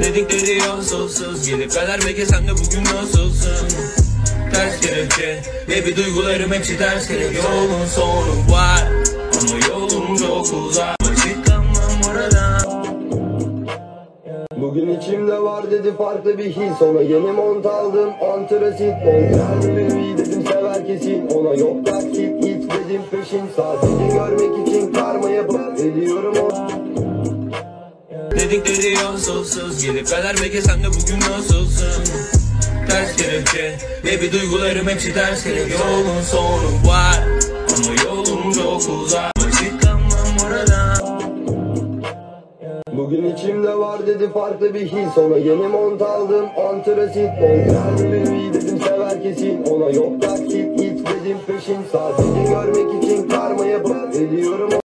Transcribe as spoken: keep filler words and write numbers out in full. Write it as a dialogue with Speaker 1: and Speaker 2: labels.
Speaker 1: Dedikleri yolsuzsuz gelip kadar peki sen de bugün nasılsın? Ters kelepçe baby duygularım hepsi ters kelepçe. Yolun sonu var ama yolum çok uzak. Çıkamam oradan.
Speaker 2: Bugün içimde var dedi farklı bir his. Ona yeni mont aldım antrasit. Montrel bebeği dedim sever kesin. Ona yok taksit git dedim peşin. Sadece görmek için karma yapıp ediyorum o.
Speaker 1: Dedikleri yolsuzsuz gelip kadar peki sen de bugün nasılsın? Ters kelepçe baby duygularım hepsi ters kelepçe. Yolun sonu var ama yolum çok uzak. Çıkamam oradan.
Speaker 2: Bugün içimde var dedi farklı bir his. Ona yeni mont aldım antrasit. Montrel bebeği dedim sever kesin. Ona yok taksit git dedim peşin. Sadece görmek için karma yapıp ediyorum o.